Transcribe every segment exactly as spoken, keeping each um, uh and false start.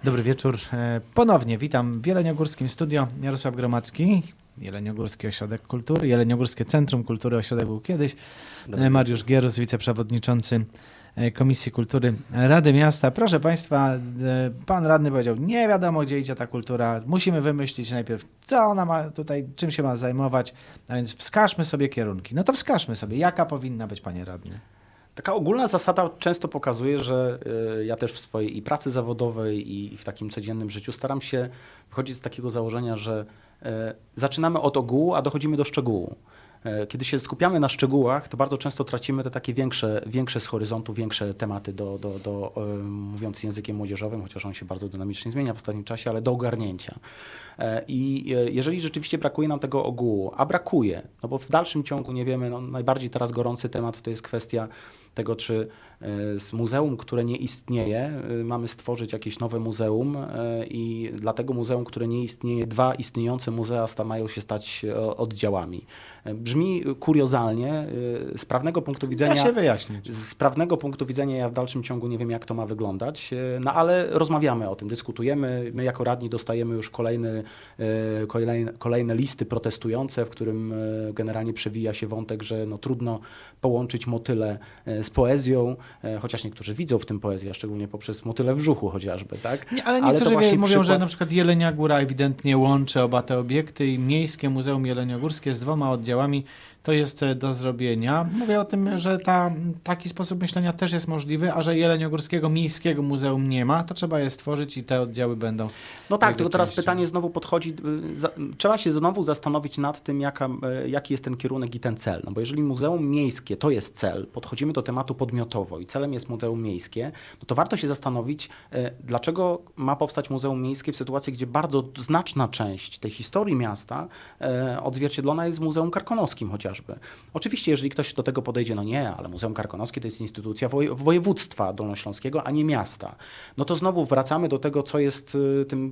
Dobry wieczór. Ponownie witam w Jeleniogórskim Studio. Jarosław Gromadzki, Jeleniogórski Ośrodek Kultury, Jeleniogórskie Centrum Kultury, ośrodek był kiedyś. Dobry. Mariusz Gierus, wiceprzewodniczący Komisji Kultury Rady Miasta. Proszę Państwa, pan radny powiedział, nie wiadomo gdzie idzie ta kultura, musimy wymyślić najpierw, co ona ma tutaj, czym się ma zajmować, a więc wskażmy sobie kierunki. No to wskażmy sobie, jaka powinna być, panie radny? Taka ogólna zasada często pokazuje, że ja też w swojej i pracy zawodowej i w takim codziennym życiu staram się wychodzić z takiego założenia, że zaczynamy od ogółu, a dochodzimy do szczegółu. Kiedy się skupiamy na szczegółach, to bardzo często tracimy te takie większe, większe z horyzontu, większe tematy, do, do, do, mówiąc językiem młodzieżowym, chociaż on się bardzo dynamicznie zmienia w ostatnim czasie, ale do ogarnięcia. I jeżeli rzeczywiście brakuje nam tego ogółu, a brakuje, no bo w dalszym ciągu nie wiemy, no najbardziej teraz gorący temat to jest kwestia tego, czy z muzeum, które nie istnieje, mamy stworzyć jakieś nowe muzeum i dla tego muzeum, które nie istnieje, dwa istniejące muzea mają się stać oddziałami. Brzmi kuriozalnie, z prawnego punktu widzenia... Da się wyjaśnić. Z prawnego punktu widzenia ja w dalszym ciągu nie wiem, jak to ma wyglądać, no ale rozmawiamy o tym, dyskutujemy. My jako radni dostajemy już kolejny, kolejne, kolejne listy protestujące, w którym generalnie przewija się wątek, że no, trudno połączyć motyle z poezją, chociaż niektórzy widzą w tym poezję, szczególnie poprzez motyle w brzuchu chociażby, tak? Nie, ale niektórzy ale mówią, przykład... że na przykład Jelenia Góra ewidentnie łączy oba te obiekty i Miejskie Muzeum Jeleniogórskie z dwoma oddziałami to jest do zrobienia. Mówię o tym, że ta, taki sposób myślenia też jest możliwy, a że Jeleniogórskiego Miejskiego Muzeum nie ma, to trzeba je stworzyć i te oddziały będą. No tak, tylko teraz pytanie znowu podchodzi, za, trzeba się znowu zastanowić nad tym, jaka, jaki jest ten kierunek i ten cel. No bo jeżeli Muzeum Miejskie to jest cel, podchodzimy do tematu podmiotowo i celem jest Muzeum Miejskie, no to warto się zastanowić, dlaczego ma powstać Muzeum Miejskie w sytuacji, gdzie bardzo znaczna część tej historii miasta odzwierciedlona jest w Muzeum Karkonoskim chociażby. Oczywiście, jeżeli ktoś do tego podejdzie, no nie, ale Muzeum Karkonoskie to jest instytucja woje, województwa dolnośląskiego, a nie miasta. No to znowu wracamy do tego, co jest tym,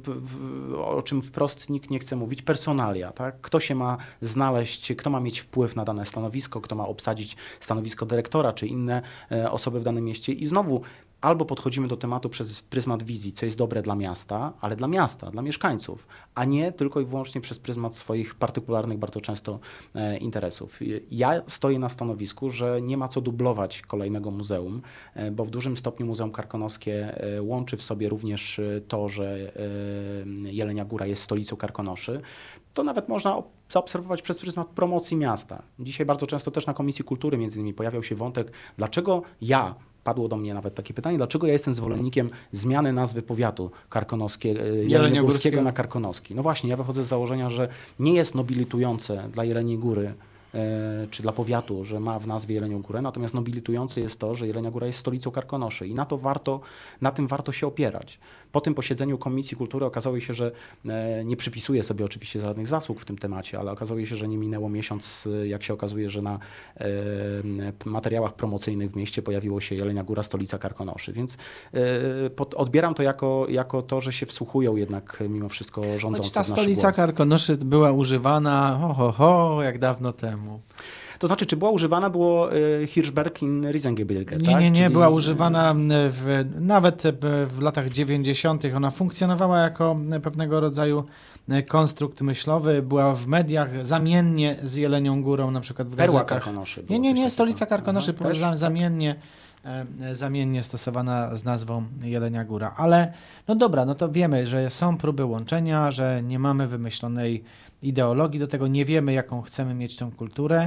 o czym wprost nikt nie chce mówić, personalia. Tak? Kto się ma znaleźć, kto ma mieć wpływ na dane stanowisko, kto ma obsadzić stanowisko dyrektora, czy inne osoby w danym mieście. I znowu albo podchodzimy do tematu przez pryzmat wizji, co jest dobre dla miasta, ale dla miasta, dla mieszkańców, a nie tylko i wyłącznie przez pryzmat swoich partykularnych bardzo często e, interesów. Ja stoję na stanowisku, że nie ma co dublować kolejnego muzeum, e, bo w dużym stopniu Muzeum Karkonoskie e, łączy w sobie również to, że e, Jelenia Góra jest stolicą Karkonoszy. To nawet można zaobserwować przez pryzmat promocji miasta. Dzisiaj bardzo często też na Komisji Kultury między innymi pojawiał się wątek, dlaczego ja Padło do mnie nawet takie pytanie, dlaczego ja jestem zwolennikiem zmiany nazwy powiatu karkonoskiego, jeleniogórskiego na Karkonoski. No właśnie, ja wychodzę z założenia, że nie jest nobilitujące dla Jeleniej Góry czy dla powiatu, że ma w nazwie Jelenią Górę, natomiast nobilitujące jest to, że Jelenia Góra jest stolicą Karkonoszy i na to warto, na tym warto się opierać. Po tym posiedzeniu Komisji Kultury okazało się, że nie przypisuję sobie oczywiście żadnych zasług w tym temacie, ale okazało się, że nie minęło miesiąc, jak się okazuje, że na materiałach promocyjnych w mieście pojawiło się Jelenia Góra, stolica Karkonoszy, więc odbieram to jako, jako to, że się wsłuchują jednak mimo wszystko rządzący w nasz głos. Ta stolica Karkonoszy była używana ho, ho, ho, jak dawno temu. To znaczy, czy była używana, było y, Hirschberg in Riesengebirge, Nie, tak? nie, nie, Czyli... była używana w, nawet w latach dziewięćdziesiątych. Ona funkcjonowała jako pewnego rodzaju konstrukt myślowy, była w mediach zamiennie z Jelenią Górą, na przykład w Perła gazetach. Karkonoszy. Nie, nie, nie, stolica takiego. Karkonoszy Aha, była zamiennie, zamiennie stosowana z nazwą Jelenia Góra. Ale no dobra, no to wiemy, że są próby łączenia, że nie mamy wymyślonej ideologii do tego, nie wiemy, jaką chcemy mieć tą kulturę.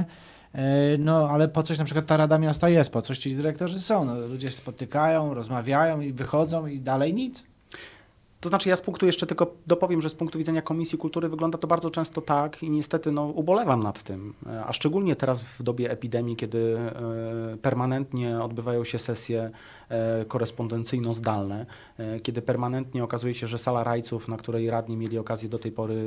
No, ale po coś na przykład ta Rada Miasta jest, po coś ci dyrektorzy są. No, ludzie się spotykają, rozmawiają i wychodzą i dalej nic. To znaczy ja z punktu jeszcze tylko dopowiem, że z punktu widzenia Komisji Kultury wygląda to bardzo często tak i niestety no, ubolewam nad tym, a szczególnie teraz w dobie epidemii, kiedy e, permanentnie odbywają się sesje e, korespondencyjno-zdalne, e, kiedy permanentnie okazuje się, że sala rajców, na której radni mieli okazję do tej pory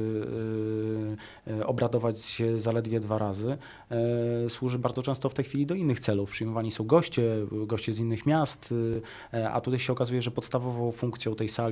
e, e, obradować zaledwie dwa razy, e, służy bardzo często w tej chwili do innych celów. Przyjmowani są goście, goście z innych miast, e, a tutaj się okazuje, że podstawową funkcją tej sali, pod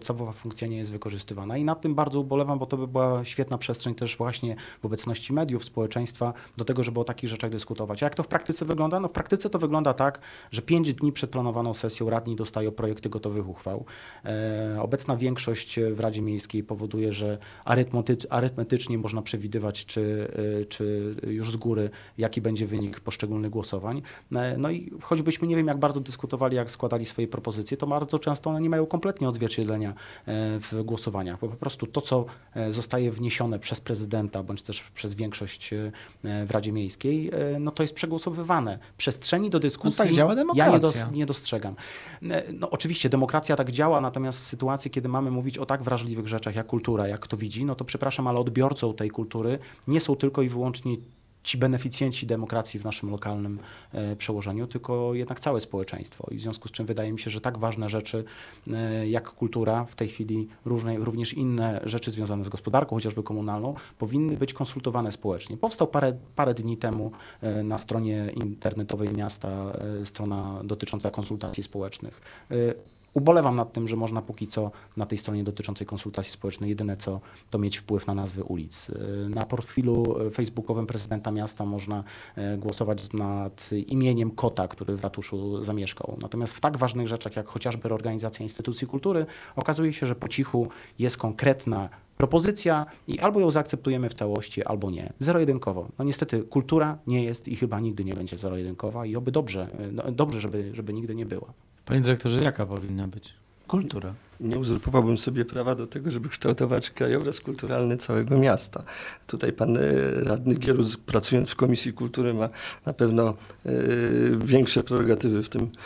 podstawowa funkcja nie jest wykorzystywana i nad tym bardzo ubolewam, bo to by była świetna przestrzeń też właśnie w obecności mediów, społeczeństwa do tego, żeby o takich rzeczach dyskutować. A jak to w praktyce wygląda? No w praktyce to wygląda tak, że pięć dni przed planowaną sesją radni dostają projekty gotowych uchwał. E, obecna większość w Radzie Miejskiej powoduje, że arytmety- arytmetycznie można przewidywać, czy, e, czy już z góry, jaki będzie wynik poszczególnych głosowań. E, no i choćbyśmy nie wiem, jak bardzo dyskutowali, jak składali swoje propozycje, to bardzo często one nie mają kompletnie odzwierciedlenia e, w głosowaniach, bo po prostu to, co e, zostaje wniesione przez prezydenta, bądź też przez większość e, w Radzie Miejskiej, e, no to jest przegłosowywane. Przestrzeni do dyskusji No tak działa ja nie, demokracja. dos, nie dostrzegam. E, No oczywiście demokracja tak działa, natomiast w sytuacji, kiedy mamy mówić o tak wrażliwych rzeczach jak kultura, jak kto widzi, no to przepraszam, ale odbiorcą tej kultury nie są tylko i wyłącznie ci beneficjenci demokracji w naszym lokalnym e, przełożeniu, tylko jednak całe społeczeństwo. I w związku z czym wydaje mi się, że tak ważne rzeczy e, jak kultura, w tej chwili różne, również inne rzeczy związane z gospodarką, chociażby komunalną, powinny być konsultowane społecznie. Powstał parę, parę dni temu e, na stronie internetowej miasta e, strona dotycząca konsultacji społecznych. E, Ubolewam nad tym, że można póki co na tej stronie dotyczącej konsultacji społecznej jedyne co to mieć wpływ na nazwy ulic. Na profilu facebookowym prezydenta miasta można głosować nad imieniem kota, który w ratuszu zamieszkał. Natomiast w tak ważnych rzeczach jak chociażby reorganizacja instytucji kultury okazuje się, że po cichu jest konkretna propozycja i albo ją zaakceptujemy w całości, albo nie. Zero-jedynkowo. No niestety kultura nie jest i chyba nigdy nie będzie zero-jedynkowa i oby dobrze, no, dobrze żeby, żeby nigdy nie była. Panie dyrektorze, jaka powinna być kultura? Nie uzurpowałbym sobie prawa do tego, żeby kształtować krajobraz kulturalny całego miasta. Tutaj pan e, radny Gierus, pracując w Komisji Kultury, ma na pewno e, większe prerogatywy w tym, e,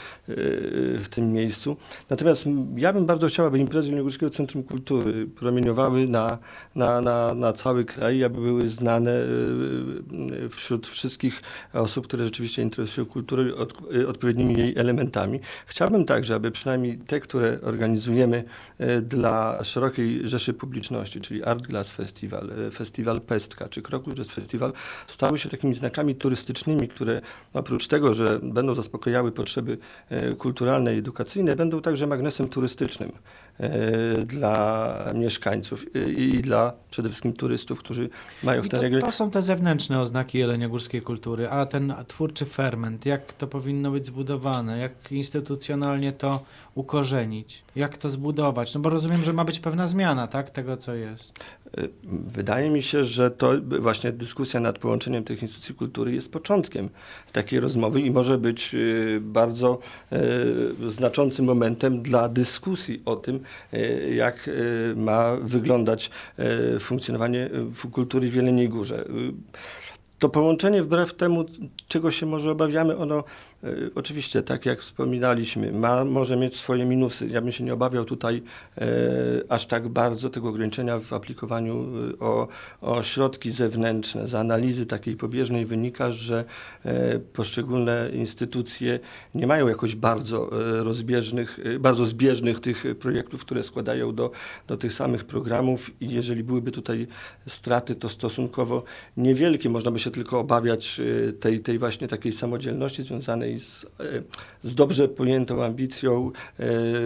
w tym miejscu. Natomiast ja bym bardzo chciał, aby imprezy Jeleniogórskiego Centrum Kultury promieniowały na, na, na, na cały kraj, aby były znane e, wśród wszystkich osób, które rzeczywiście interesują się kulturą od, e, odpowiednimi jej elementami. Chciałbym także, aby przynajmniej te, które organizujemy dla szerokiej rzeszy publiczności, czyli Art Glass Festival, Festiwal Pestka czy Krokus Jazz Festival, stały się takimi znakami turystycznymi, które oprócz tego, że będą zaspokajały potrzeby kulturalne i edukacyjne, będą także magnesem turystycznym dla mieszkańców i dla przede wszystkim turystów, którzy mają w I ten to, regionie. to są te zewnętrzne oznaki jeleniogórskiej kultury, a ten twórczy ferment, jak to powinno być zbudowane, jak instytucjonalnie to ukorzenić, jak to zbudować, no bo rozumiem, że ma być pewna zmiana, tak, tego co jest. Wydaje mi się, że to właśnie dyskusja nad połączeniem tych instytucji kultury jest początkiem takiej rozmowy i może być bardzo znaczącym momentem dla dyskusji o tym, jak ma wyglądać funkcjonowanie kultury w Jeleniej Górze. To połączenie, wbrew temu, czego się może obawiamy, ono y, oczywiście, tak jak wspominaliśmy, ma, może mieć swoje minusy. Ja bym się nie obawiał tutaj y, aż tak bardzo tego ograniczenia w aplikowaniu y, o, o środki zewnętrzne. Z analizy takiej pobieżnej wynika, że y, poszczególne instytucje nie mają jakoś bardzo y, rozbieżnych, y, bardzo zbieżnych tych projektów, które składają do, do tych samych programów i jeżeli byłyby tutaj straty, to stosunkowo niewielkie. Można by się tylko obawiać tej, tej właśnie takiej samodzielności związanej z, z dobrze pojętą ambicją e,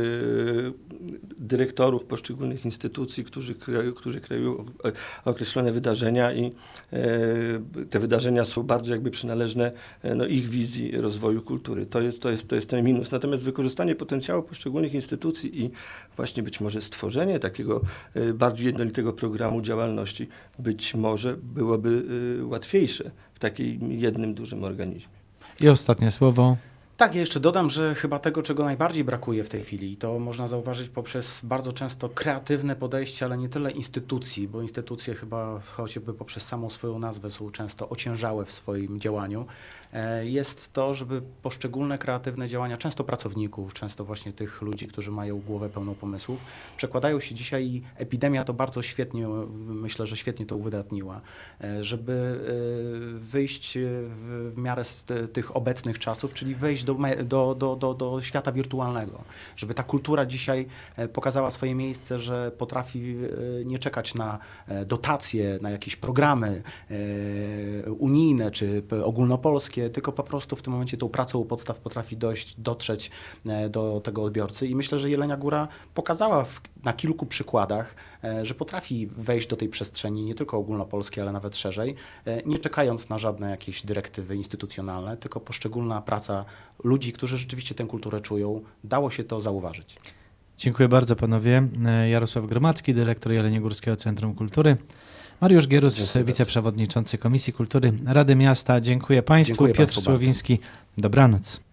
dyrektorów poszczególnych instytucji, którzy, którzy kreują określone wydarzenia i e, te wydarzenia są bardzo jakby przynależne no, ich wizji rozwoju kultury. To jest, to, jest, to jest ten minus. Natomiast wykorzystanie potencjału poszczególnych instytucji i właśnie być może stworzenie takiego e, bardziej jednolitego programu działalności być może byłoby e, łatwiejsze w takim jednym dużym organizmie. I ostatnie słowo. Tak, ja jeszcze dodam, że chyba tego, czego najbardziej brakuje w tej chwili, i to można zauważyć poprzez bardzo często kreatywne podejście, ale nie tyle instytucji, bo instytucje chyba choćby poprzez samą swoją nazwę są często ociężałe w swoim działaniu, jest to, żeby poszczególne kreatywne działania, często pracowników, często właśnie tych ludzi, którzy mają głowę pełną pomysłów, przekładają się dzisiaj i epidemia to bardzo świetnie, myślę, że świetnie to uwydatniła, żeby wyjść w miarę z tych obecnych czasów, czyli wejść do, me- do, do, do, do świata wirtualnego, żeby ta kultura dzisiaj e, pokazała swoje miejsce, że potrafi e, nie czekać na e, dotacje, na jakieś programy e, unijne czy p- ogólnopolskie, tylko po prostu w tym momencie tą pracą u podstaw potrafi dojść, dotrzeć e, do tego odbiorcy i myślę, że Jelenia Góra pokazała w, na kilku przykładach, e, że potrafi wejść do tej przestrzeni nie tylko ogólnopolskiej, ale nawet szerzej, e, nie czekając na żadne jakieś dyrektywy instytucjonalne, tylko poszczególna praca ludzi, którzy rzeczywiście tę kulturę czują, dało się to zauważyć. Dziękuję bardzo panowie. Jarosław Gromadzki, dyrektor Jeleniogórskiego Centrum Kultury. Mariusz Gierus, Dziękuję wiceprzewodniczący Komisji Kultury Rady Miasta. Dziękuję państwu. Dziękuję Piotr państwu bardzo. Słowiński. Dobranoc.